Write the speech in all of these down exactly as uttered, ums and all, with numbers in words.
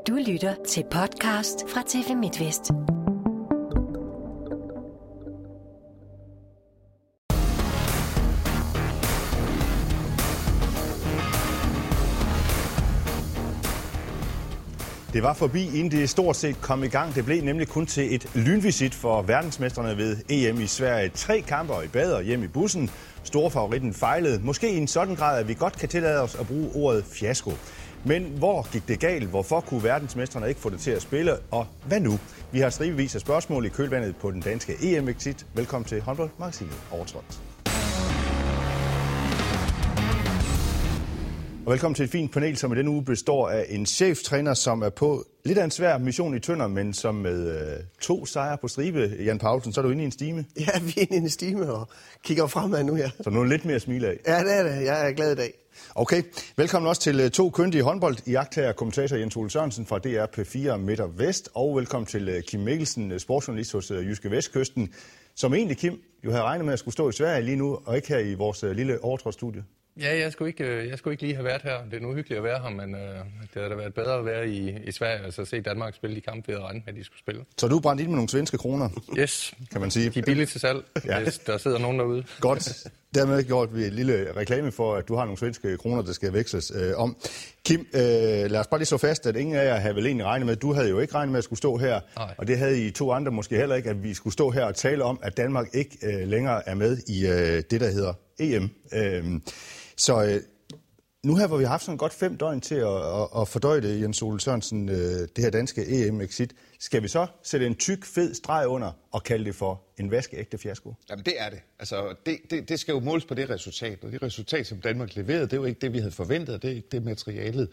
Du lytter til podcast fra T V MidtVest. Det var forbi, inden det stort set kom i gang. Det blev nemlig kun til et lynvisit for verdensmestrene ved E M i Sverige. Tre kamper i bad og hjem i bussen. Storfavoritten fejlede. Måske i en sådan grad, at vi godt kan tillade os at bruge ordet fiasko. Men hvor gik det galt? Hvorfor kunne verdensmestrene ikke få det til at spille? Og hvad nu? Vi har stribevis af spørgsmål i kølvandet på den danske E M-exit. Velkommen til håndboldmagasinet Overtrådt. Og velkommen til et fint panel, som i denne uge består af en cheftræner, som er på lidt af en svær mission i Tønder, men som med øh, to sejre på stribe. Jan Paulsen, så er du inde i en stime. Ja, vi er inde i en stime og kigger fremad nu her. Så nu er lidt mere smile af. Ja, det er det. Jeg er glad i dag. Okay, velkommen også til to kyndige håndbold i jagttager kommentator Jens Ole Sørensen fra D R P fire Midt og Vest, og velkommen til Kim Mikkelsen, sportsjournalist hos Jyske Vestkysten, som egentlig, Kim, jo havde regnet med at skulle stå i Sverige lige nu, og ikke her i vores lille Overtrådt-studie. Ja, jeg skulle, ikke, jeg skulle ikke lige have været her. Det er nu hyggeligt at være her, men øh, det havde da været bedre at være i, i Sverige, altså se Danmark spille de kampe, vi havde regnet med, at de skulle spille. Så du er brændt ind med nogle svenske kroner? Yes. Kan man sige. De er billige til salg, ja. Hvis der sidder nogen derude. Godt. Dermed gjort vi et lille reklame for, at du har nogle svenske kroner, der skal veksles øh, om. Kim, øh, lad os bare lige slå fast, at ingen af jer havde vel egentlig regnet med, du havde jo ikke regnet med at skulle stå her, Nej. Og det havde I to andre måske heller ikke, at vi skulle stå her og tale om, at Danmark ikke øh, længere er med i øh, det, der hedder E M. Øh, så øh, nu her, hvor vi har haft sådan godt fem døgn til at, at, at fordøje det, Jens Ole Sørensen, øh, det her danske E M-exit, skal vi så sætte en tyk, fed streg under og kalde det for en vaskeægte fiasko? Jamen det er det. Altså det, det, det skal jo måles på det resultat, og det resultat, som Danmark leverede, det er jo ikke det, vi havde forventet, det er ikke det materialet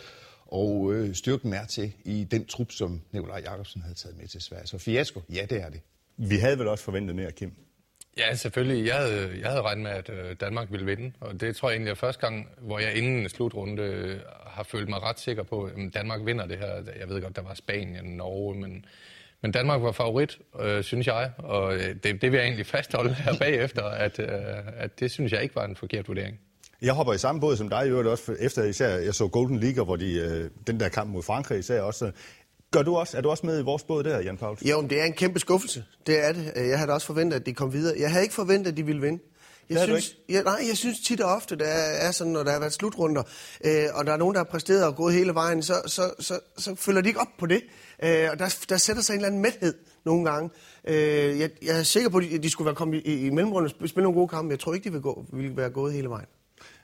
og øh, styrken er til i den trup, som Nikolaj Jakobsen havde taget med til Sverige. Så fiasko, ja det er det. Vi havde vel også forventet mere, Kim? Ja, selvfølgelig. Jeg havde, jeg havde regnet med, at Danmark ville vinde, og det tror jeg egentlig er første gang, hvor jeg inden slutrunde har følt mig ret sikker på, at Danmark vinder det her. Jeg ved godt, der var Spanien, Norge, men, men Danmark var favorit, øh, synes jeg, og det, det vil jeg egentlig fastholde her bagefter, at, øh, at det synes jeg ikke var en forkert vurdering. Jeg hopper i samme båd som dig, jo også efter især jeg så Golden League, hvor de, øh, den der kamp mod Frankrig især også. Gør du også? Er du også med i vores båd der, Jan Paulsen? Jo, men det er en kæmpe skuffelse. Det er det. Jeg havde også forventet, at de kom videre. Jeg havde ikke forventet, at de ville vinde. Jeg synes, jeg, nej, jeg synes tit og ofte, der er sådan, når der har været slutrunder, øh, og der er nogen, der har præsteret og gået hele vejen, så, så, så, så følger de ikke op på det. Øh, og der, der sætter sig en eller anden mæthed nogle gange. Øh, jeg, jeg er sikker på, at de skulle være kommet i, i mellemrunden og spille nogle gode kampe. Jeg tror ikke, de ville, gå, ville være gået hele vejen.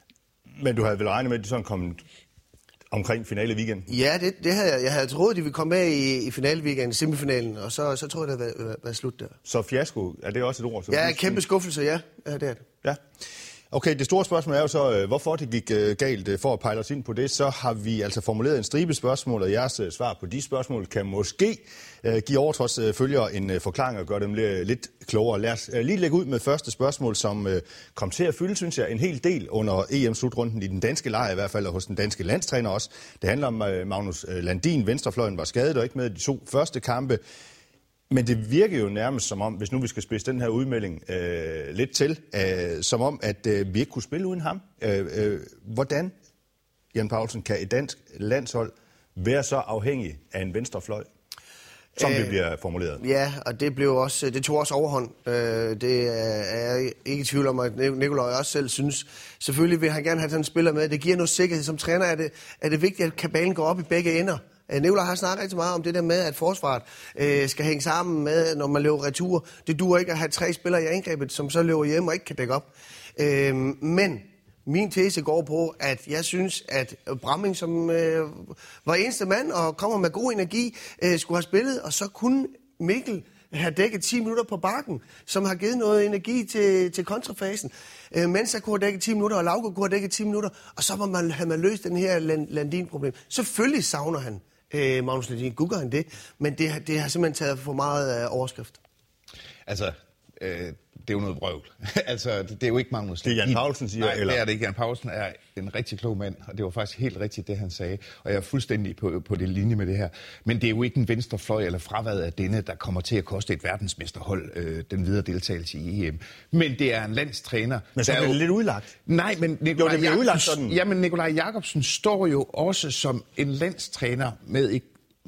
Men du havde vel regnet med, at de sådan kom omkring finale weekend? Ja, det, det havde jeg. Jeg havde troet, at de ville komme med i, i finale weekend, semifinalen, og så, så tror jeg, det havde været, været slut der. Så fiasko, er det også et ord? Så ja, kæmpe skuffelse, ja. Ja, det er det. Ja. Okay, det store spørgsmål er jo så, hvorfor det gik galt. For at pejle os ind på det, så har vi altså formuleret en stribe spørgsmål, og jeres svar på de spørgsmål kan måske give Overtråds følgere en forklaring og gøre dem lidt klogere. Lad os lige lægge ud med første spørgsmål, som kom til at fylde, synes jeg, en hel del under E M-slutrunden i den danske lejr, i hvert fald og hos den danske landstræner også. Det handler om Magnus Landin. Venstrefløjen var skadet og ikke med de to første kampe. Men det virker jo nærmest som om, hvis nu vi skal spidse den her udmelding øh, lidt til, øh, som om, at øh, vi ikke kunne spille uden ham. Øh, øh, hvordan, Jan Paulsen, kan et dansk landshold være så afhængig af en venstrefløj, som øh, det bliver formuleret? Ja, og det blev også, det tog også overhånd. Øh, det er jeg ikke i tvivl om, at Nikolaj også selv synes. Selvfølgelig vil han gerne have sådan en spiller med. Det giver noget sikkerhed. Som træner er det, er det vigtigt, at kabalen går op i begge ender. Nikolaj har snakket rigtig meget om det der med, at forsvaret øh, skal hænge sammen med, når man løber retur. Det duer ikke at have tre spillere i angrebet, som så løber hjem og ikke kan dække op. Øh, men min tese går på, at jeg synes, at Bramming, som øh, var eneste mand og kommer med god energi, øh, skulle have spillet, og så kunne Mikkel have dækket ti minutter på bakken, som har givet noget energi til, til kontrafasen. Øh, mens jeg kunne have dækket ti minutter, og Lauke kunne have dækket ti minutter, og så må man, have man løst den her Landin-problem. Selvfølgelig savner han Øh, Magnus Landin, gugger han det, men det, det har simpelthen taget for meget øh, overskrift. Altså, øh, det er jo noget vrøvl. altså, det, det er jo ikke Magnus Landin. Det er Jan Paulsen siger, Nej, eller? det er det ikke. Jan Paulsen er en rigtig klog mand, og det var faktisk helt rigtigt, det han sagde. Og jeg er fuldstændig på, på det linje med det her. Men det er jo ikke en venstrefløj eller fraværet af denne, der kommer til at koste et verdensmesterhold øh, den videre deltagelse i E M. Men det er en landstræner. Men så er det jo lidt udlagt. Nej, men Nikolaj, jo, det udlagt sådan. Jamen, Nikolaj Jakobsen står jo også som en landstræner med et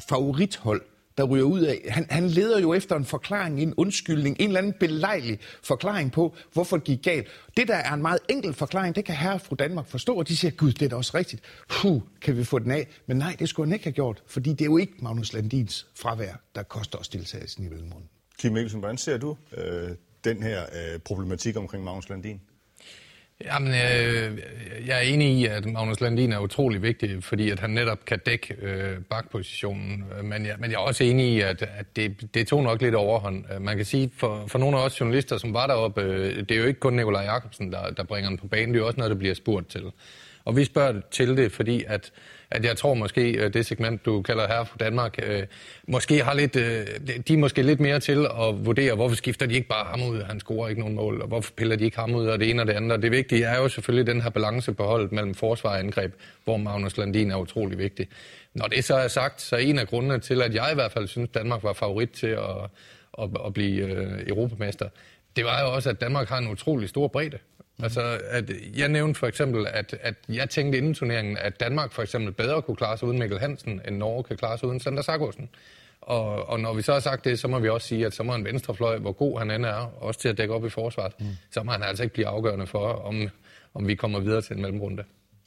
favorithold, der ryger ud af. Han, han leder jo efter en forklaring, en undskyldning, en eller anden belejlig forklaring på, hvorfor det gik galt. Det, der er en meget enkel forklaring, det kan herre og fru Danmark forstå, og de siger, gud, det er da også rigtigt. Puh, kan vi få den af? Men nej, det skulle han ikke have gjort, fordi det er jo ikke Magnus Landins fravær, der koster os deltagelsen i Mellemrunden. Kim Mikkelsen, hvordan ser du øh, den her øh, problematik omkring Magnus Landin? Jamen, øh, jeg er enig i, at Magnus Landin er utrolig vigtig, fordi at han netop kan dække øh, bakpositionen. Men jeg, men jeg er også enig i, at, at det, det tog nok lidt overhånd. Man kan sige, for, for nogle af os journalister, som var deroppe, øh, det er jo ikke kun Nikolaj Jakobsen, der, der bringer den på banen. Det er jo også noget, der bliver spurgt til. Og vi spørger til det, fordi at, at jeg tror måske, det segment, du kalder her for Danmark, øh, måske har lidt, øh, de er måske lidt mere til at vurdere, hvorfor skifter de ikke bare ham ud, han scorer ikke nogen mål, og hvorfor piller de ikke ham ud, og det ene og det andet. Og det vigtige er jo selvfølgelig den her balance på holdet mellem forsvar og angreb, hvor Magnus Landin er utrolig vigtig. Når det så er sagt, så er en af grundene til, at jeg i hvert fald synes, Danmark var favorit til at, at, at blive øh, europamester, det var jo også, at Danmark har en utrolig stor bredde. Altså, at jeg nævnte for eksempel, at, at jeg tænkte inden turneringen, at Danmark for eksempel bedre kunne klare sig uden Mikkel Hansen, end Norge kan klare sig uden Sander Sargosen. Og, og når vi så har sagt det, så må vi også sige, at så må en venstrefløj, hvor god han end er, også til at dække op i forsvaret, mm. så må han altså ikke blive afgørende for, om, om vi kommer videre til en mellemrunde.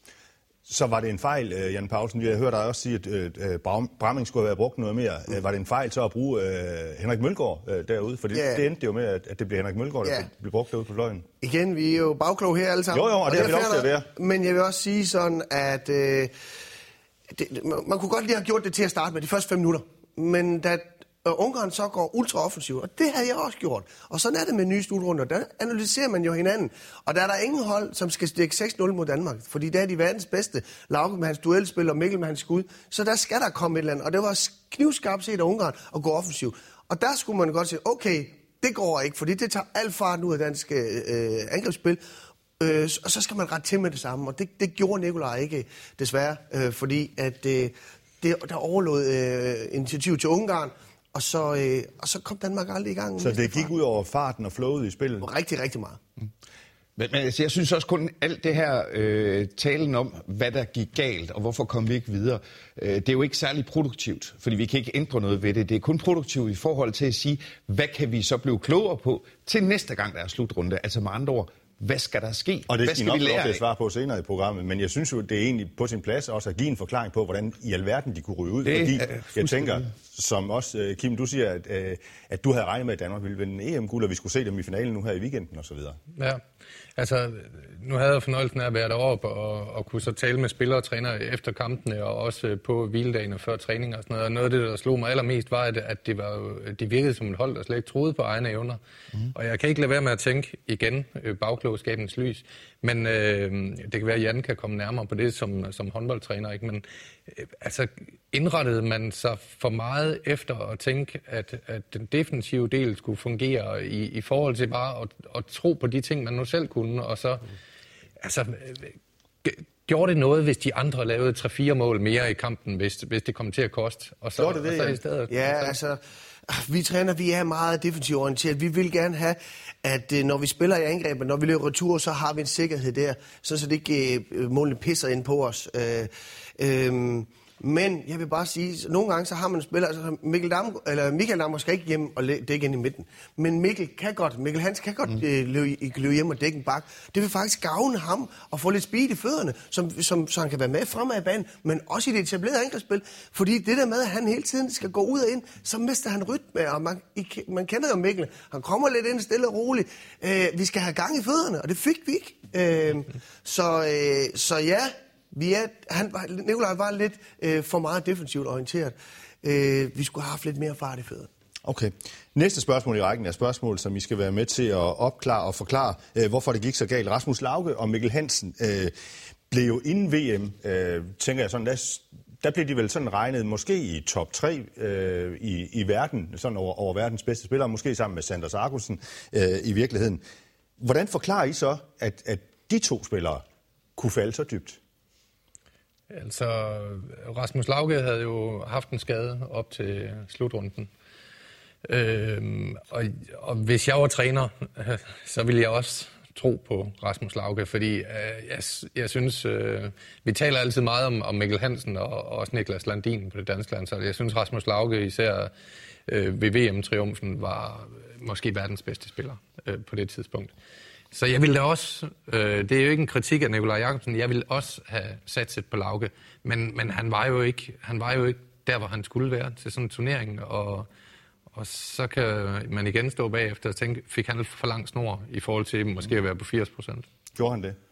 Så var det en fejl, Jan Paulsen. Vi har hørt dig også sige, at øh, Bramming skulle have været brugt noget mere. Mm. Var det en fejl så at bruge øh, Henrik Mølgaard øh, derude? For det, yeah. det endte jo med, at det blev Henrik Mølgaard, der yeah. blev brugt derude på fløjen. Igen, vi er jo bagklog her alle sammen. Jo, jo, og, og det har vi lov til at være. Men jeg vil også sige sådan, at øh, det, man kunne godt lige have gjort det til at starte med de første fem minutter. Men da og Ungarn så går ultraoffensivt, og det havde jeg også gjort. Og sådan er det med nye slutrunder. Der analyserer man jo hinanden. Og der er der ingen hold, som skal stikke seks nul mod Danmark. Fordi der er de verdens bedste. Lauke med hans duelspil og Mikkel med hans skud. Så der skal der komme et eller andet. Og det var knivskarpt set af Ungarn at gå offensivt. Og der skulle man godt sige, okay, det går ikke, fordi det tager al fart ud af dansk øh, angrebsspil. Øh, og så skal man rette til med det samme. Og det, det gjorde Nikolaj ikke, desværre. Øh, fordi at øh, det, der overlod øh, initiativ til Ungarn. Og så, øh, og så kom Danmark aldrig i gang. Så det gik ud over farten og flowet i spillet? Rigtig, rigtig meget. Mm. Men, men altså, jeg synes også kun alt det her øh, talen om, hvad der gik galt, og hvorfor kom vi ikke videre, øh, det er jo ikke særlig produktivt, fordi vi kan ikke ændre noget ved det. Det er kun produktivt i forhold til at sige, hvad kan vi så blive klogere på til næste gang, der er slutrunde. Altså med andre ord, hvad skal der ske? Og det skal I nok lov til at svare på senere i programmet, men jeg synes jo, det er egentlig på sin plads også at give en forklaring på, hvordan i alverden de kunne ryge ud. Det, fordi jeg tænker, som også Kim, du siger, at, at du havde regnet med, at Danmark ville vinde E M-guld, og vi skulle se dem i finalen nu her i weekenden osv. Ja, altså nu havde jeg fornøjelsen af at være deroppe og, og kunne så tale med spillere og trænere efter kampene og også på hviledagene før træning og sådan noget. Og noget af det, der slog mig allermest, var, at det var, de virkede som et hold, der slet ikke troede på egne evner. Mm. Og jeg kan ikke lade være med at tænke igen, bagklogskabens lys, men øh, det kan være, at Jan kan komme nærmere på det som, som håndboldtræner, ikke? Men øh, altså indrettede man sig for meget efter at tænke, at, at den defensive del skulle fungere i, i forhold til bare at, at tro på de ting, man nu selv kunne, og så mm. altså øh, gjorde det noget, hvis de andre lavede tre fire mål mere i kampen, hvis, hvis det kom til at koste, og så, det det, og så ja. i stedet. Ja, altså vi træner, vi er meget defensivt orienteret. Vi vil gerne have, at når vi spiller i angrebet, når vi løber retur, så har vi en sikkerhed der, så det ikke målene pisser ind på os. Øh, øh, Men jeg vil bare sige, nogle gange så har man en spiller, altså Mikkel Dam, eller Michael Dam skal ikke hjem og dække ind i midten. Men Mikkel kan godt, Mikkel Hans kan godt mm. øh, løbe, løbe hjem og dække en bak. Det vil faktisk gavne ham og få lidt speed i fødderne, som, som, så han kan være med fremad i banen, men også i det etablerede angrebsspil. Fordi det der med, at han hele tiden skal gå ud og ind, så mister han rytme, og man, man kender jo Mikkel. Han kommer lidt ind stille og roligt. Øh, vi skal have gang i fødderne, og det fik vi ikke. Øh, så, øh, så ja... Vi er, han, Nikolaj var lidt øh, for meget defensivt orienteret. Øh, vi skulle have haft lidt mere fart i fødderne. Okay. Næste spørgsmål i rækken er spørgsmål, som I skal være med til at opklare og forklare, øh, hvorfor det gik så galt. Rasmus Lauke og Mikkel Hansen øh, blev jo inden V M, øh, tænker jeg sådan, der, der blev de vel sådan regnet måske i top tre øh, i, i verden, sådan over, over verdens bedste spillere, måske sammen med Sander Sargosen øh, i virkeligheden. Hvordan forklarer I så, at, at de to spillere kunne falde så dybt? Altså, Rasmus Lauke havde jo haft en skade op til slutrunden. Øhm, og, og hvis jeg var træner, så ville jeg også tro på Rasmus Lauke, fordi øh, jeg, jeg synes, øh, vi taler altid meget om, om Mikkel Hansen og, og også Niklas Landin på det danske land, så jeg synes, Rasmus Lauke især øh, ved V M-triumfen var måske verdens bedste spiller øh, på det tidspunkt. Så jeg ville da også, øh, det er jo ikke en kritik af Nikolaj Jakobsen, jeg ville også have satset på Lauke, men, men han, var jo ikke, han var jo ikke der, hvor han skulle være til sådan en turnering, og, og så kan man igen stå bagefter og tænke, fik han for lang snor i forhold til måske at være på firs procent? Gjorde han det?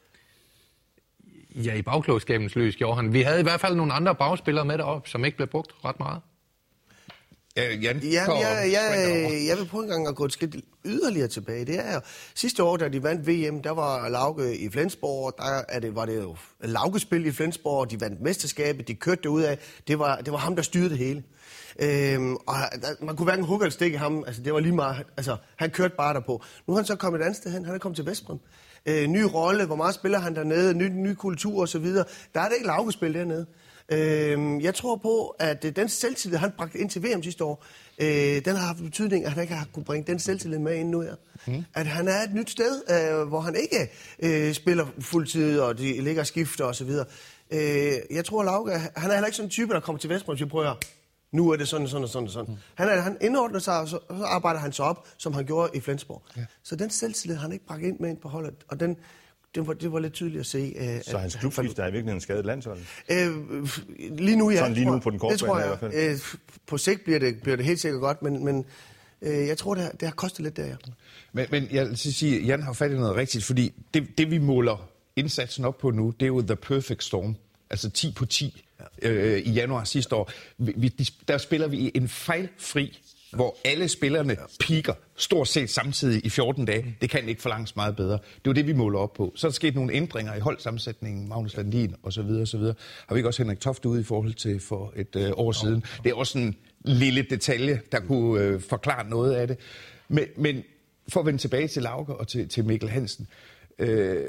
Ja, i bagklogskabens lys gjorde han. Vi havde i hvert fald nogle andre bagspillere med deroppe, som ikke blev brugt ret meget. Ja, Jan, ja, ja, ja, jeg vil prøve en gang at gå et skridt yderligere tilbage. Det er jo, sidste år, da de vandt V M, der var Lauke i Flensborg, der er det, var det jo Lauke-spil i Flensborg, de vandt mesterskabet, de kørte det ud af. Det var, det var ham, der styrede det hele. Øhm, og der, man kunne hverken hugge eller stikke ham, altså det var lige meget, altså han kørte bare derpå. Nu er han så kommet et andet sted hen, han er kommet til Vestbrem. Øh, ny rolle, hvor meget spiller han dernede, ny, ny kultur og så videre. Der er det ikke Lauke-spil dernede. Øh, jeg tror på, at øh, den selvtillid, han bragte ind til V M sidste år, øh, den har haft betydning, at han ikke har kunnet bringe den selvtillid med ind nu her. Mm. At han er et nyt sted, øh, hvor han ikke øh, spiller fuldtid, og de ligger og skifter og så videre. Øh, jeg tror, Lauke, han er heller ikke sådan en type, der kommer til Vestbrem og siger, prøv at nu er det sådan, sådan og sådan og sådan. Mm. Han, er, han indordner sig, og så, og så arbejder han så op, som han gjorde i Flensborg. Ja. Så den selvtillid, han ikke bragt ind med ind på holdet, og den, det, var, det var lidt tydeligt at se. Uh, så hans klubskifter er i virkeligheden skadet landsholdet? Uh, lige nu, ja. Sådan lige nu på den korte det tror bane, jeg, i hvert fald. Uh, på sigt bliver det, bliver det helt sikkert godt, men, men uh, jeg tror, det har, det har kostet lidt der, ja. Men, men jeg vil sige, at Jan har fat i noget rigtigt, fordi det, det, vi måler indsatsen op på nu, det er jo the perfect storm. Altså ti på ti øh, i januar sidste år. Vi, vi, der spiller vi en fejlfri, hvor alle spillerne piker stort set samtidig i fjorten dage. Det kan ikke forlanges meget bedre. Det er jo det, vi måler op på. Så er der sket nogle ændringer i holdsammensætningen, Magnus Landin osv. osv. Har vi ikke også Henrik Toft ude i forhold til for et øh, år siden? Det er også en lille detalje, der kunne øh, forklare noget af det. Men, men for at vende tilbage til Lauke og til, til Mikkel Hansen. Øh,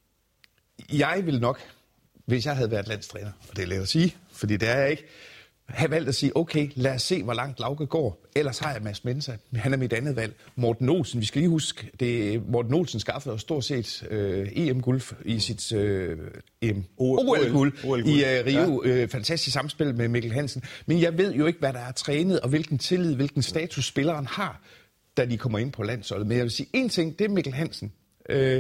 jeg vil nok, hvis jeg havde været landstræner, og det er let at sige, fordi det er jeg ikke, have valgt at sige, okay, lad os se, hvor langt Lauke går. Ellers har jeg Mads Mensa. Han er mit andet valg. Morten Olsen, vi skal lige huske, det Morten Olsen skaffede os stort set øh, E M-guld i sit øh, O L-guld i øh, Rio. Ja. Øh, fantastisk samspil med Mikkel Hansen. Men jeg ved jo ikke, hvad der er trænet, og hvilken tillid, hvilken status spilleren har, da de kommer ind på landsholdet. Men jeg vil sige en ting, det er Mikkel Hansen. Øh,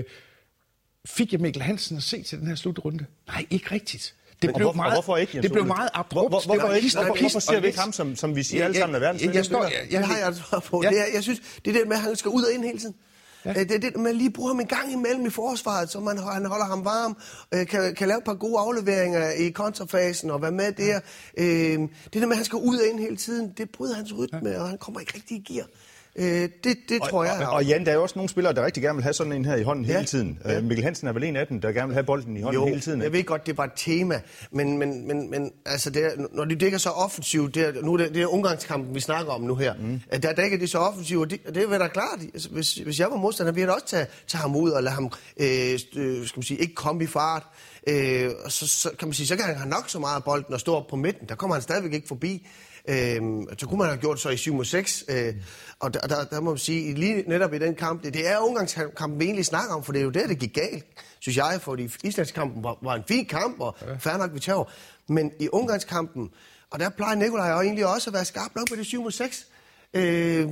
fik jeg Mikkel Hansen at se til den her slutrunde? Nej, ikke rigtigt. Det blev hvorfor, meget, hvorfor ikke, det blev meget abrupt. Hvor, hvor, hvorfor, ikke, hvorfor, hvorfor ser vi ikke ham, som, som vi siger alle sammen er verdens jeg, jeg, står, jeg, jeg, jeg har jeg altså på. Ja. Det er, jeg synes, det er det med, at han skal ud og ind hele tiden. Ja. Det er det, man lige bruger ham en gang imellem i forsvaret, så man, han holder ham varm, kan, kan lave et par gode afleveringer i kontrafasen og være med der. Ja. Det der med, at han skal ud og ind hele tiden, det bryder hans rytme, ja. Og han kommer ikke rigtig i gear. Øh, det det og, tror jeg. Og, og Jan, der er jo også nogle spillere, der rigtig gerne vil have sådan en her i hånden ja. hele tiden. Ja. Mikkel Hansen er vel en af dem, der gerne vil have bolden i hånden jo, hele tiden. Jeg ved godt, det var et tema, men, men, men, men altså det er, når de dækker så offensivt, det er, nu er det, det er Ungarnskampen, vi snakker om nu her, mm. der dækker de så offensivt, og det, det er da klart. Altså, hvis, hvis jeg var modstander, ville jeg da også tage, tage ham ud og lade ham øh, skal man sige, ikke komme i fart. Øh, og så, så kan man sige, så kan han have nok så meget af bolden og stå op på midten. Der kommer han stadigvæk ikke forbi. Øhm, så kunne man have gjort så i syv mod seks, øh, og der, der, der må man sige, lige netop i den kamp, det, det er Ungarnskampen, vi egentlig snakker om, for det er jo der, det gik galt, synes jeg, for de islandskampen var, var en fin kamp, og ja. fair nok, vi tager. Men i Ungarnskampen, og der plejer Nikolaj og egentlig også at være skarp nok på det syv mod seks, øh,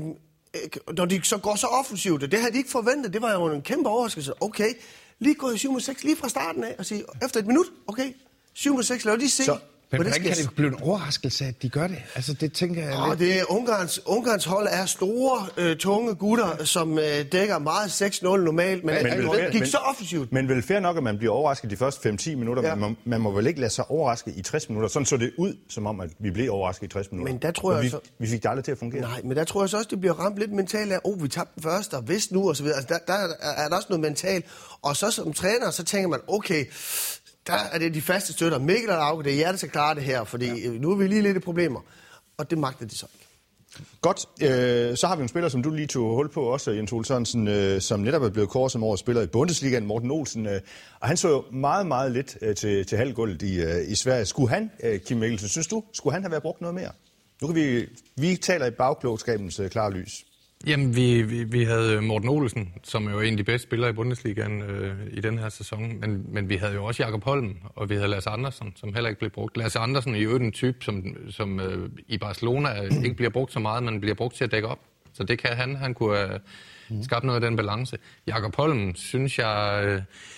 når de så går så offensivt, og det havde de ikke forventet, det var jo en kæmpe overraskelse. Okay, lige gå i syv mod seks lige fra starten af, og sige, efter et minut, okay, syv mod seks, lad os lige se. Så men hvordan kan det blive en overraskelse, at de gør det? Altså, det tænker jeg oh, lidt. Det er Ungarns, Ungarns hold er store, øh, tunge gutter, som øh, dækker meget seks nul normalt, men, men, men det gik men, så offensivt. Men vel fair nok, at man bliver overrasket de første fem til ti minutter, ja. men man, man må vel ikke lade sig overraske i tres minutter. Sådan så det ud, som om, at vi blev overrasket i tres minutter. Men der tror jeg vi, så... vi fik det aldrig til at fungere. Nej, men der tror jeg så også, det bliver ramt lidt mentalt af, oh, vi tabte den første, og hvis nu, og så videre. Altså, der, der er der også noget mentalt. Og så som træner, så tænker man, okay, der er det de faste støtter. Mikkel og Lauke, det er jer, der skal klare det her, fordi ja. nu er vi lige lidt i problemer. Og det magter de så ikke. Godt. Øh, så har vi en spiller, som du lige tog hul på også, Jens Ole Sørensen, øh, som netop er blevet kåret som årets spiller i Bundesligaen, Morten Olsen. Øh, og han så jo meget, meget lidt øh, til, til halvgulvet i, øh, i Sverige. Skulle han, øh, Kim Mikkelsen, synes du, skulle han have været brugt noget mere? Nu kan vi, vi taler i bagklogskabens øh, klare lys. Jamen, vi, vi, vi havde Morten Olsen, som er jo en af de bedste spillere i Bundesligaen øh, i den her sæson, men, men vi havde jo også Jakob Holm, og vi havde Lasse Andersen, som heller ikke blev brugt. Lasse Andersen er jo en type, som, som øh, i Barcelona ikke bliver brugt så meget, men bliver brugt til at dække op. Så det kan han. Han kunne have øh, skabt noget af den balance. Jakob Holm, synes jeg... Øh,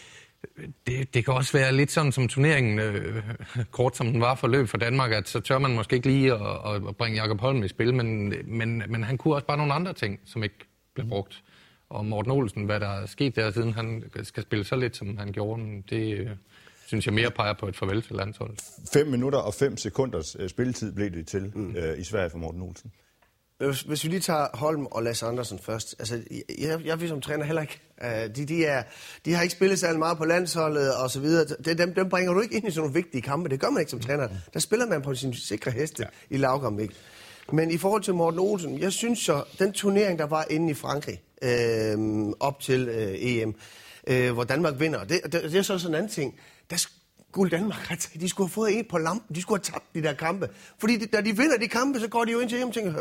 Det, det kan også være lidt sådan som turneringen, øh, kort som den var for løb for Danmark, at så tør man måske ikke lige at, at bringe Jakob Holm i spil, men, men, men han kunne også bare nogle andre ting, som ikke blev brugt. Og Morten Olsen, hvad der er sket der, siden han skal spille så lidt, som han gjorde, det øh, synes jeg mere peger på et farvel til landsholdet. Fem minutter og fem sekunders øh, spilletid blev det til mm. øh, i Sverige for Morten Olsen. Hvis, hvis vi lige tager Holm og Lasse Andersen først, altså jeg, jeg vil som træner heller ikke, uh, de, de, er, de har ikke spillet særlig meget på landsholdet og så videre, det, dem, dem bringer du ikke ind i sådan nogle vigtige kampe, det gør man ikke som træner, der spiller man på sin sikre heste ja. i lavkamp, ikke? Men i forhold til Morten Olsen, jeg synes så, den turnering, der var inde i Frankrig, øh, op til øh, E M, øh, hvor Danmark vinder, det, det, det er så sådan en anden ting, der skulle Danmark ret, de skulle have fået en på lampen, de skulle have tabt de der kampe, fordi de, da de vinder de kampe, så går de jo ind til hjem og tænker,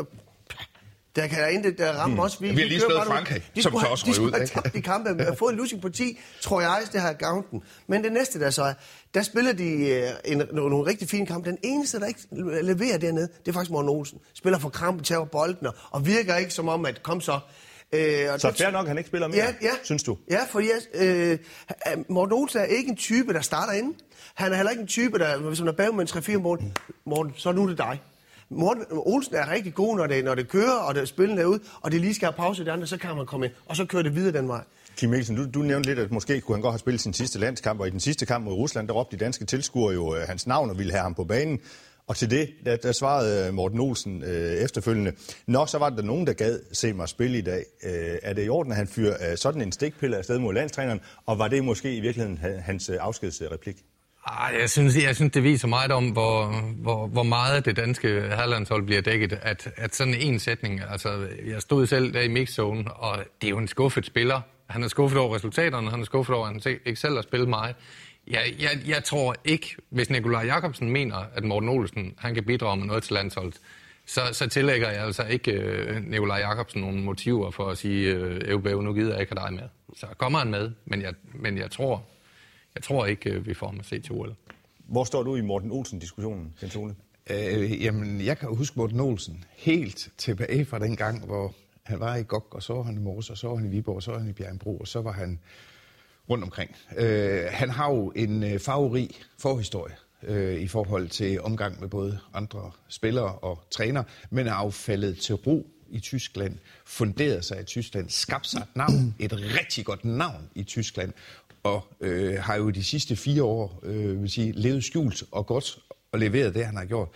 der kan der intet der ramme hmm. os. Vi, vi har lige slået Frankrig, de som så også røg ud. De skulle have tabt de kampe, at få en losing på ti, tror jeg, det har gavnet den. Men det næste der så er, der spiller de en, nogle rigtig fine kampe. Den eneste, der ikke leverer dernede, det er faktisk Morten Olsen. Spiller for krampe, tager bolden og virker ikke som om, at kom så. Øh, så fair nok, han ikke spiller mere, ja, ja, synes du? Ja, for øh, Morten Olsen er ikke en type, der starter inde. Han er heller ikke en type, der, hvis han er bag med en tre fire Morten, Morten, så nu er det dig. Morten Olsen er rigtig god, når det, når det kører, og det spillet er ud, og det lige skal have pause i det andre, så kan man komme ind, og så kører det videre den vej. Kim Mikkelsen, du, du nævnte lidt, at måske kunne han godt have spillet sin sidste landskamp, og i den sidste kamp mod Rusland, der råbte de danske tilskuere jo øh, hans navn og ville have ham på banen. Og til det, der, der svarede Morten Olsen øh, efterfølgende, nå, så var der nogen, der gad se mig spille i dag. Øh, er det i orden, at han fyrer øh, sådan en stikpille afsted mod landstræneren, og var det måske i virkeligheden hans øh, afskedsreplik? Ej, jeg synes, jeg synes, det viser meget om, hvor, hvor, hvor meget det danske herrelandshold bliver dækket, at, at sådan en sætning, altså jeg stod selv der i mixzone, og det er jo en skuffet spiller. Han er skuffet over resultaterne, han er skuffet over, at han ikke selv har spillet meget. Jeg, jeg, jeg tror ikke, hvis Nikolaj Jakobsen mener, at Morten Olsen han kan bidrage med noget til landsholdet, så, så tillægger jeg altså ikke uh, Nikolaj Jakobsen nogle motiver for at sige, øh, nu gider jeg ikke have dig med. Så kommer han med, men jeg, men jeg tror... Jeg tror ikke, vi får ham at se til O L. Hvor står du i Morten Olsen-diskussionen, Jens Ole? Øh, jamen, jeg kan huske Morten Olsen helt tilbage fra den gang, hvor han var i G O G, og så var han i Mors, og så var han i Viborg, og så var han i Bjerringbro, og så var han rundt omkring. Øh, han har jo en farverig forhistorie øh, i forhold til omgang med både andre spillere og træner, men er jo faldet til ro i Tyskland, funderet sig i Tyskland, skabt sig et navn, et rigtig godt navn i Tyskland, og øh, har jo de sidste fire år øh, vil sige, levet skjult og godt og leveret det, han har gjort.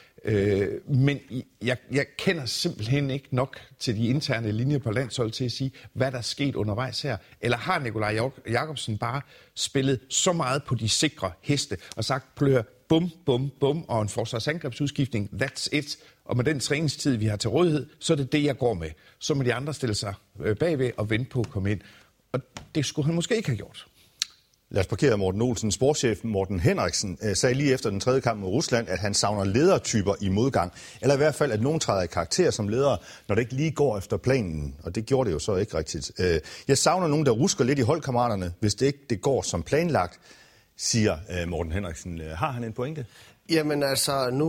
Øh, men jeg, jeg kender simpelthen ikke nok til de interne linjer på landshold til at sige, hvad der er sket undervejs her. Eller har Nikolaj Jakobsen bare spillet så meget på de sikre heste og sagt, plør, bum, bum, bum, og en forsvarsangrebsudskiftning, that's it. Og med den træningstid, vi har til rådighed, så er det det, jeg går med. Så må de andre stille sig bagved og vente på at komme ind. Og det skulle han måske ikke have gjort. Lad os parkere Morten Olsen. Sportschef Morten Henriksen øh, sagde lige efter den tredje kamp mod Rusland, at han savner ledertyper i modgang. Eller i hvert fald, at nogen træder i karakter som ledere, når det ikke lige går efter planen. Og det gjorde det jo så ikke rigtigt. Øh, jeg savner nogen, der rusker lidt i holdkammeraterne, hvis det ikke det går som planlagt, siger øh, Morten Henriksen. Har han en pointe? Jamen altså, nu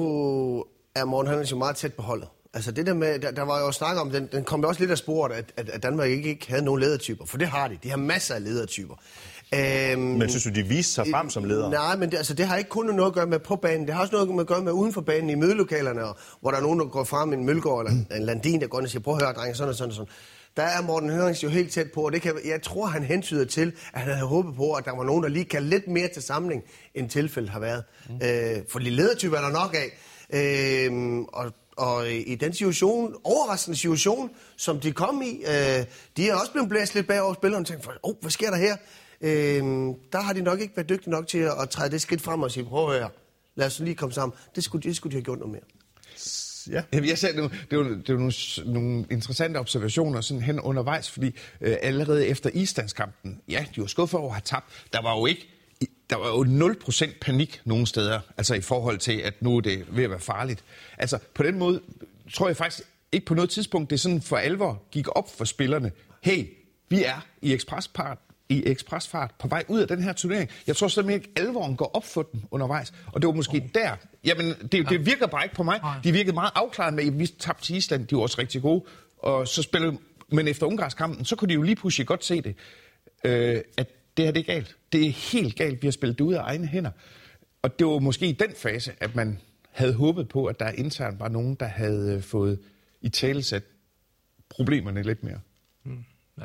er Morten Henriksen jo meget tæt på holdet. Altså det der med, der, der var jo snak om, den, den kom jo også lidt af sporet, at, at, at Danmark ikke, ikke havde nogen ledertyper. For det har de. De har masser af ledertyper. Øhm, men synes du, de viste sig frem som ledere? Nej, men det, altså, det har ikke kun noget at gøre med på banen. Det har også noget med at gøre med uden for banen i mødelokalerne, og, hvor der er nogen, der går frem, en Mølgaard eller en Landin, der går og siger, prøv at høre, drenge, sådan og sådan og sådan. Der er Morten Henriksen jo helt tæt på, og det kan, jeg tror, han hentyder til, at han havde håbet på, at der var nogen, der lige kan lidt mere til samling, end tilfældet har været. Mm. Øh, for de ledertyper er der nok af. Øh, og Og i den situation, overraskende situation, som de kom i, øh, de er også blevet blæst lidt bagover spillerne og tænkt, åh, oh, hvad sker der her? Øh, der har de nok ikke været dygtige nok til at, at træde det skridt frem og sige, prøv at høre, lad os lige komme sammen. Det skulle, det skulle de have gjort noget mere. Ja. Jeg sagde, det er jo, det er jo nogle, nogle interessante observationer sådan hen undervejs, fordi øh, allerede efter islandskampen, ja, de var skuffet over at have tabt. Der var jo ikke Der var jo nul procent panik nogle steder, altså i forhold til, at nu er det ved at være farligt. Altså på den måde tror jeg faktisk ikke på noget tidspunkt, det sådan for alvor gik op for spillerne. Hey, vi er i ekspresfart, i ekspresfart på vej ud af den her turnering. Jeg tror simpelthen ikke, alvoren går op for dem undervejs. Og det var måske oh. der. Jamen, det, det virker bare ikke på mig. De virkede meget afklaret med, at vi tabte til Island. De var også rigtig gode. Og så spillede, men efter Ungarnskampen, så kunne de jo lige pludselig godt se det, øh, at det her det er galt. Det er helt galt, vi har spillet det ud af egne hænder. Og det var måske i den fase, at man havde håbet på, at der internt var nogen, der havde fået i talesat problemerne lidt mere. Mm, ja.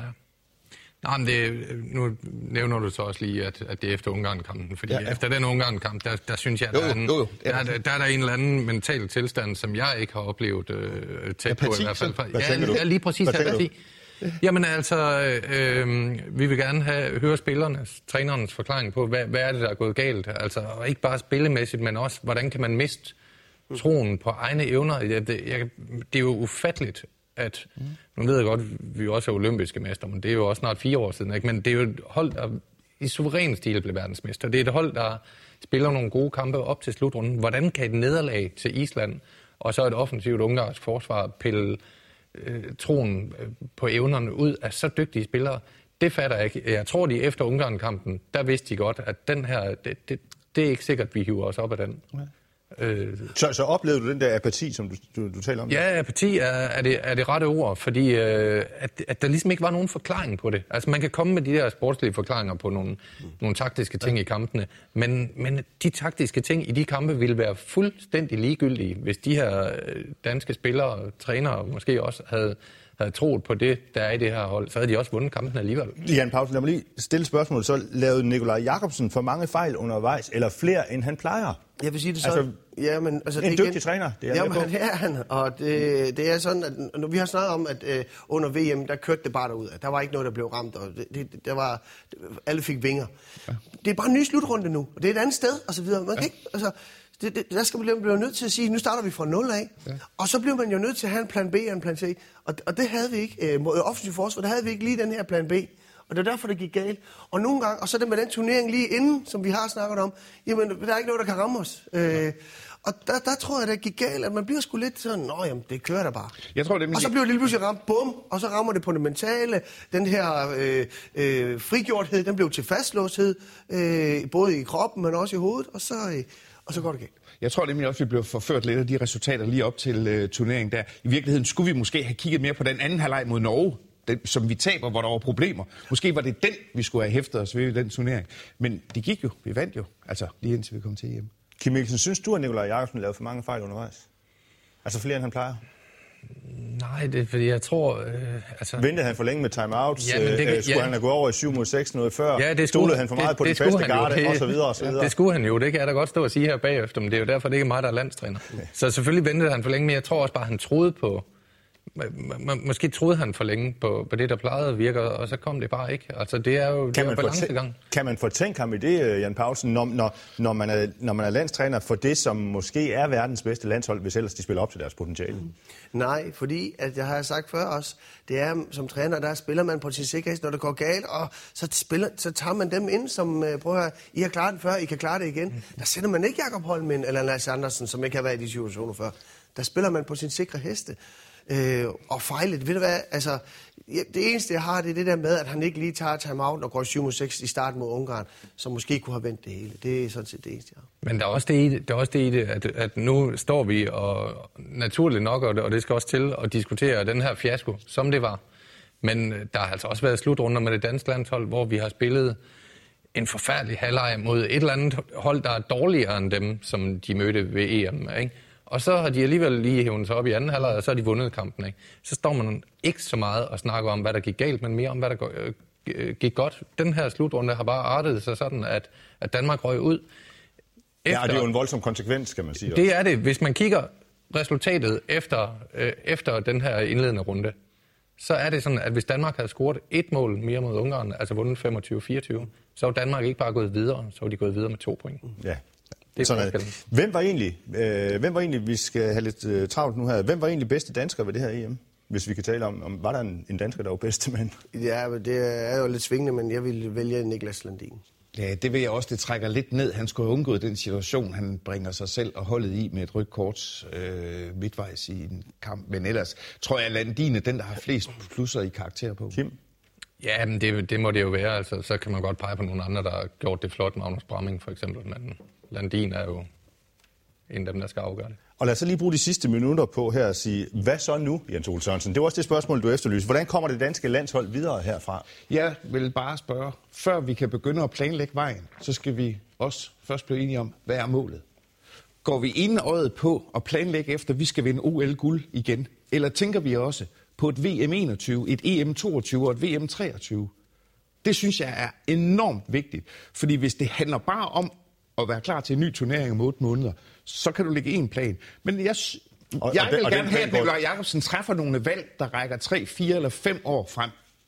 Nej, men det, nu nævner du så også lige, at, at det er efter Ungarn-kampen, fordi ja, ja. efter den Ungarn-kamp, der, der synes jeg, at der, jo, jo, jo. Ja. Der, der, der er der en eller anden mental tilstand, som jeg ikke har oplevet øh, tæt apati, på i hvert fald. Hvad ja, du? ja, lige præcis apati. Jamen altså, øh, vi vil gerne have, høre spillernes, trænernes forklaring på, hvad, hvad er det, der er gået galt? Altså, og ikke bare spillemæssigt, men også, hvordan kan man miste troen på egne evner? Det, det, jeg, det er jo ufatteligt, at, mm. nu ved jeg godt, vi også er olympiske mester, men det er jo også snart fire år siden, ikke? Men det er jo et hold, der i suveræn stil blev verdensmester. Det er et hold, der spiller nogle gode kampe op til slutrunden. Hvordan kan et nederlag til Island, og så et offensivt ungarsk forsvar, pille øh, troen på evnerne ud af så dygtige spillere? Det fatter jeg ikke. Jeg tror, de efter Ungarn-kampen, der vidste de godt, at den her, det, det, det er ikke sikkert, vi hiver os op af den. Ja. Øh, så, så oplevede du den der apati, som du, du, du taler om? Ja, apati er, er, det, er det rette ord, fordi øh, at, at der ligesom ikke var nogen forklaring på det. Altså man kan komme med de der sportslige forklaringer på nogle, mm. nogle taktiske ting ja. i kampene, men, men de taktiske ting i de kampe ville være fuldstændig ligegyldige, hvis de her danske spillere, trænere måske også havde, havde troet på det, der er i det her hold, så havde de også vundet kampen alligevel. Jan Paulsen, lad mig lige stille spørgsmål. Så lavede Nikolaj Jakobsen for mange fejl undervejs, eller flere, end han plejer? Jeg vil sige det sådan. Altså, ja, men, altså, en det dygtig igen, træner, det er jamen, det er han, og det, det er sådan, at når vi har snakket om, at øh, under V M, der kørte det bare derud. Der var ikke noget, der blev ramt, og det, det, der var, alle fik vinger. Ja. Det er bare en ny slutrunde nu, og det er et andet sted, og så videre. Man kan ikke, altså, det, det, der skal man blive nødt til at sige, nu starter vi fra nul af, ja. og så bliver man jo nødt til at have en plan B og en plan C, og, og det havde vi ikke. Øh, offensiv forsvar, der havde vi ikke lige den her plan B. Og det er derfor, det gik galt. Og nogle gange, og så det med den turnering lige inden, som vi har snakket om, jamen, der er ikke noget, der kan ramme os. Øh, og der, der tror jeg, det gik galt, at man bliver sgu lidt sådan, nå jamen, det kører der bare. Jeg tror, det er... Og så bliver det lige pludselig ramt, bum, og så rammer det på det mentale. Den her øh, øh, frigjorthed, den blev til fastlåshed, øh, både i kroppen, men også i hovedet, og så, øh, og så går det galt. Jeg tror nemlig også, vi blev forført lidt af de resultater lige op til uh, turneringen der. I virkeligheden skulle vi måske have kigget mere på den anden halvleg mod Norge, den, som vi taber, hvor der var problemer. Måske var det den, vi skulle have hæftet os ved i den turnering. Men det gik jo. Vi vandt jo. Altså, lige indtil vi kom til hjem. Kim Mikkelsen, synes du, at Nikolaj Jakobsen lavede for mange fejl undervejs? Altså flere, end han plejer? Nej, det er fordi, jeg tror... Øh, altså... Ventede han for længe med timeouts? Ja, det, øh, skulle ja. han have gået over i syv mod seks noget før? Ja, det Stolede han for meget det, på det, den bedste garde, og så videre, og så videre? Ja, det skulle han jo. Det kan jeg da godt stå og sige her bagefter, men det er jo derfor, det ikke er mig, der er landstræner. Okay. Så selvfølgelig ventede han for længe, men jeg tror også bare, han troede på... Måske troede han for længe på, på det, der plejede at virke, og så kom det bare ikke. Altså, det er jo, det er balancegang. Kan man fortænke ham i det, Jan Paulsen, når, når, når, man er, når man er landstræner for det, som måske er verdens bedste landshold, hvis ellers de spiller op til deres potentiale? Mm. Nej, fordi, at jeg har sagt før også, det er som træner, der spiller man på sin sikkerhed, når det går galt, og så, spiller, så tager man dem ind, som, prøv at høre, I har klaret det før, I kan klare det igen. Mm. Der sætter man ikke Jakob Holm eller Lars Andersen, som ikke har været i de situationer før. Der spiller man på sin sikre heste. Øh, og fejlet, ved du hvad, altså, det eneste jeg har, det er det der med, at han ikke lige tager timeout og går syv mod seks i starten mod Ungarn, som måske kunne have vendt det hele. Det er sådan set det eneste jeg har. Men der er også det i det, der er også det, i det at, at nu står vi, og naturligt nok, og det, og det skal også til, at diskutere den her fiasko, som det var. Men der har altså også været slutrunder med det danske landshold, hvor vi har spillet en forfærdelig halvleg mod et eller andet hold, der er dårligere end dem, som de mødte ved E M, ikke? Og så har de alligevel lige hævet sig op i anden halvleg, og så har de vundet kampen, ikke? Så står man ikke så meget og snakker om, hvad der gik galt, men mere om, hvad der øh, gik godt. Den her slutrunde har bare artet sig sådan, at, at Danmark røg ud. Efter, ja, det er jo en voldsom konsekvens, skal man sige. Det også. Er det. Hvis man kigger resultatet efter, øh, efter den her indledende runde, så er det sådan, at hvis Danmark havde scoret et mål mere mod Ungarn, altså vundet femogtyve fireogtyve, så var Danmark ikke bare gået videre, så var de gået videre med to point. Ja. Det er hvem var egentlig, øh, hvem var egentlig, vi skal have lidt øh, travlt nu her, hvem var egentlig bedste dansker ved det her E M? Hvis vi kan tale om, om var der en, en dansker, der var bedste mand? Ja, det er jo lidt svingende, men jeg vil vælge Niklas Landin. Ja, det vil jeg også. Det trækker lidt ned. Han skulle have undgået den situation, han bringer sig selv og holdet i med et rødt kort øh, midtvejs i en kamp. Men ellers tror jeg, at Landin er den, der har flest plusser i karakter på. Kim? Ja, men det, det må det jo være. Altså, så kan man godt pege på nogle andre, der har gjort det flot. Magnus Bramming for eksempel. Men Landin er jo en af dem, der skal afgøre det. Og lad os så lige bruge de sidste minutter på her at sige, hvad så nu, Jens Ole Sørensen? Det var også det spørgsmål, du efterlyste. Hvordan kommer det danske landshold videre herfra? Jeg vil bare spørge, før vi kan begynde at planlægge vejen, så skal vi også først blive enige om, hvad er målet? Går vi indøjet på at planlægge efter, at vi skal vinde O L-guld igen? Eller tænker vi også på et V M enogtyve, et E M toogtyve og et V M treogtyve? Det synes jeg er enormt vigtigt, fordi hvis det handler bare om at være klar til en ny turnering om otte måneder, så kan du lægge en plan. Men jeg, og, jeg og vil den, gerne have, at Nikolaj går... Jakobsen træffer nogle valg, der rækker tre, fire eller fem år frem.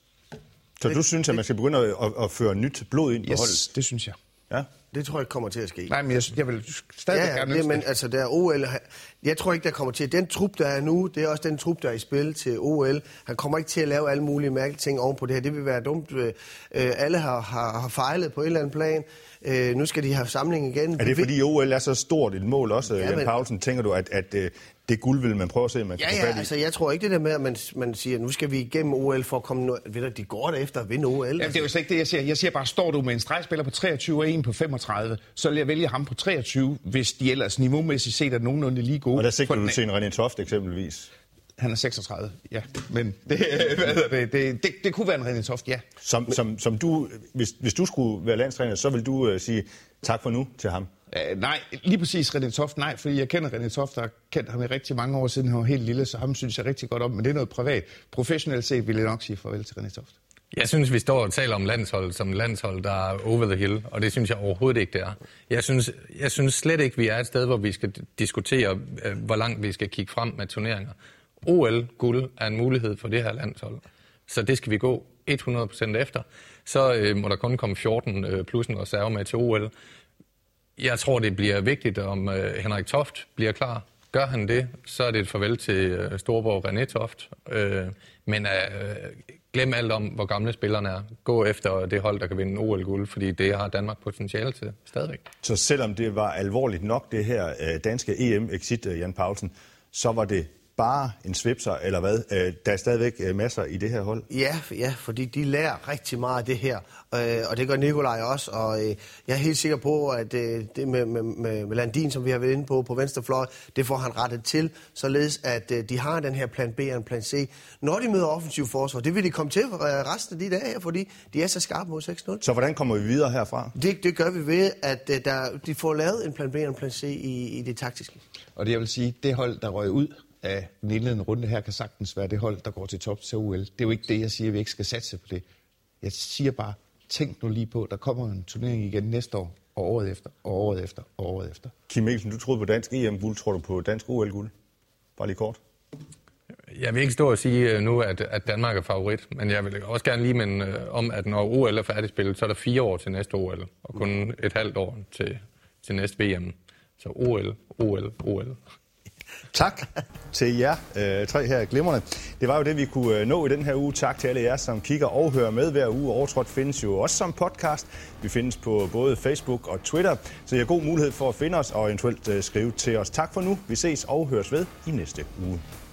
Så du synes, at man skal begynde at, at, at føre nyt blod ind på yes, holdet? det synes jeg. Ja. Det tror jeg ikke kommer til at ske. Nej, men jeg, jeg vil stadig ja, gerne det, ønske men det. altså, der er O L. Jeg tror ikke, der kommer til. Den trup, der er nu, det er også den trup, der er i spil til O L. Han kommer ikke til at lave alle mulige mærkelige ting oven på det her. Det vil være dumt. Alle har, har, har fejlet på et eller andet plan. Øh, nu skal de have samling igen. Er det fordi O L er så stort et mål også, ja, Jan men... Paulsen? Tænker du, at, at, at det guld vil man prøve at se, at man kan ja, få fat i? Ja, altså jeg tror ikke det der med, at man, man siger, nu skal vi igennem O L for at komme... No... Ved du, de går der efter at vinde O L. Jamen, det er jo slet ikke det, jeg siger. Jeg siger bare, står du med en stregspiller på treogtyve og en på femogtredive, så vil jeg vælge ham på treogtyve, hvis de ellers niveaumæssigt set er nogenlunde lige gode. Og der sigter du til en René Toft eksempelvis? Han er seksogtredive, ja. Men det, det, det, det, det kunne være en René Toft, ja. Som, som, som du, hvis, hvis du skulle være landstræner, så vil du uh, sige tak for nu til ham? Uh, nej, lige præcis René Toft, nej, fordi jeg kender René Toft, og har kendt ham i rigtig mange år siden, han var helt lille, så ham synes jeg rigtig godt om, men det er noget privat. Professionelt set vil jeg nok sige farvel til René Toft. Jeg synes, vi står og taler om landshold som landshold, der er over the hill, og det synes jeg overhovedet ikke, det er. Jeg synes, jeg synes slet ikke, vi er et sted, hvor vi skal diskutere, hvor langt vi skal kigge frem med turneringer. O L-guld er en mulighed for det her landshold, så det skal vi gå hundrede procent efter. Så øh, må der kun komme fjorten øh, plus en reserve med til O L. Jeg tror, det bliver vigtigt, om øh, Henrik Toft bliver klar. Gør han det, så er det et farvel til øh, Storborg René Toft. Øh, men øh, glem alt om, hvor gamle spillerne er. Gå efter det hold, der kan vinde O L-guld, fordi det har Danmark potentiale til stadigvæk. Så selvom det var alvorligt nok, det her øh, danske E M-exit, øh, Jan Paulsen, så var det bare en svipser, eller hvad? Øh, der er stadigvæk øh, masser i det her hold. Ja, ja, fordi de lærer rigtig meget af det her, øh, og det gør Nikolaj også, og øh, jeg er helt sikker på, at øh, det med, med, med, med Landin, som vi har været inde på, på venstre fløj, det får han rettet til, således at øh, de har den her plan B og en plan C. Når de møder offensiv forsvar, det vil de komme til øh, resten af de dage her, fordi de er så skarpe mod seks nul. Så hvordan kommer vi videre herfra? Det, det gør vi ved, at øh, der, de får lavet en plan B og en plan C i, i det taktiske. Og det jeg vil sige, det hold, der røg ud af den indledende runde her, kan sagtens være det hold, der går til top til O L. Det er jo ikke det, jeg siger, at vi ikke skal satse på det. Jeg siger bare, tænk nu lige på, der kommer en turnering igen næste år, og året efter, og året efter, og året efter. Kim Mikkelsen, du troede på dansk E M-guld, tror du på dansk O L-guld? Bare lige kort. Jeg vil ikke stå og sige nu, at, at Danmark er favorit, men jeg vil også gerne lige minde øh, om, at når O L er færdigspillet, så er der fire år til næste O L, og kun et halvt år til, til næste V M. Så O L, O L, O L. Tak til jer øh, tre her glimrende. Det var jo det, vi kunne nå i den her uge. Tak til alle jer, som kigger og hører med hver uge. Overtrådt findes jo også som podcast. Vi findes på både Facebook og Twitter, så I har god mulighed for at finde os og eventuelt øh, skrive til os. Tak for nu. Vi ses og høres ved i næste uge.